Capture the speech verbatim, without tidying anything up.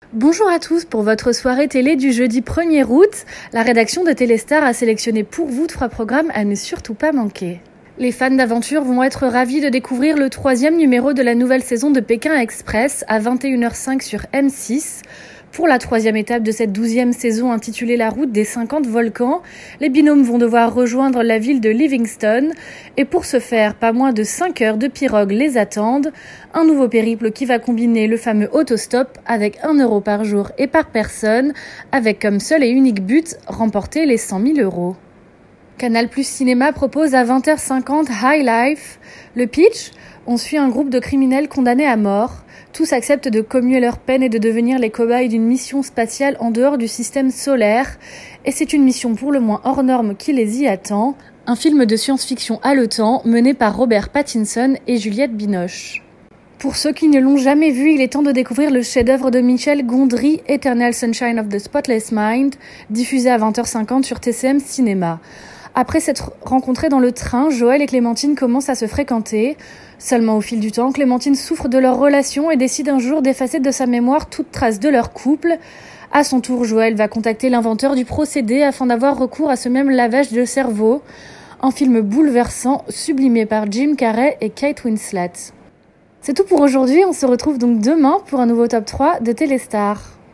Bonjour à tous, pour votre soirée télé du jeudi premier août, la rédaction de Téléstar a sélectionné pour vous trois programmes à ne surtout pas manquer. Les fans d'aventure vont être ravis de découvrir le troisième numéro de la nouvelle saison de Pékin Express à vingt et une heures cinq sur M six. Pour la troisième étape de cette douzième saison intitulée La route des cinquante volcans, les binômes vont devoir rejoindre la ville de Livingstone et pour ce faire, pas moins de cinq heures de pirogue les attendent. Un nouveau périple qui va combiner le fameux autostop avec un euro par jour et par personne, avec comme seul et unique but, remporter les cent mille euros. Canal Plus Cinéma propose à vingt heures cinquante High Life. Le pitch, on suit un groupe de criminels condamnés à mort. Tous acceptent de commuer leur peine et de devenir les cobayes d'une mission spatiale en dehors du système solaire. Et c'est une mission pour le moins hors norme qui les y attend. Un film de science-fiction haletant mené par Robert Pattinson et Juliette Binoche. Pour ceux qui ne l'ont jamais vu, il est temps de découvrir le chef-d'œuvre de Michel Gondry, Eternal Sunshine of the Spotless Mind, diffusé à vingt heures cinquante sur T C M Cinéma. Après s'être rencontrés dans le train, Joël et Clémentine commencent à se fréquenter. Seulement au fil du temps, Clémentine souffre de leur relation et décide un jour d'effacer de sa mémoire toute trace de leur couple. À son tour, Joël va contacter l'inventeur du procédé afin d'avoir recours à ce même lavage de cerveau. Un film bouleversant, sublimé par Jim Carrey et Kate Winslet. C'est tout pour aujourd'hui, on se retrouve donc demain pour un nouveau top trois de Téléstar.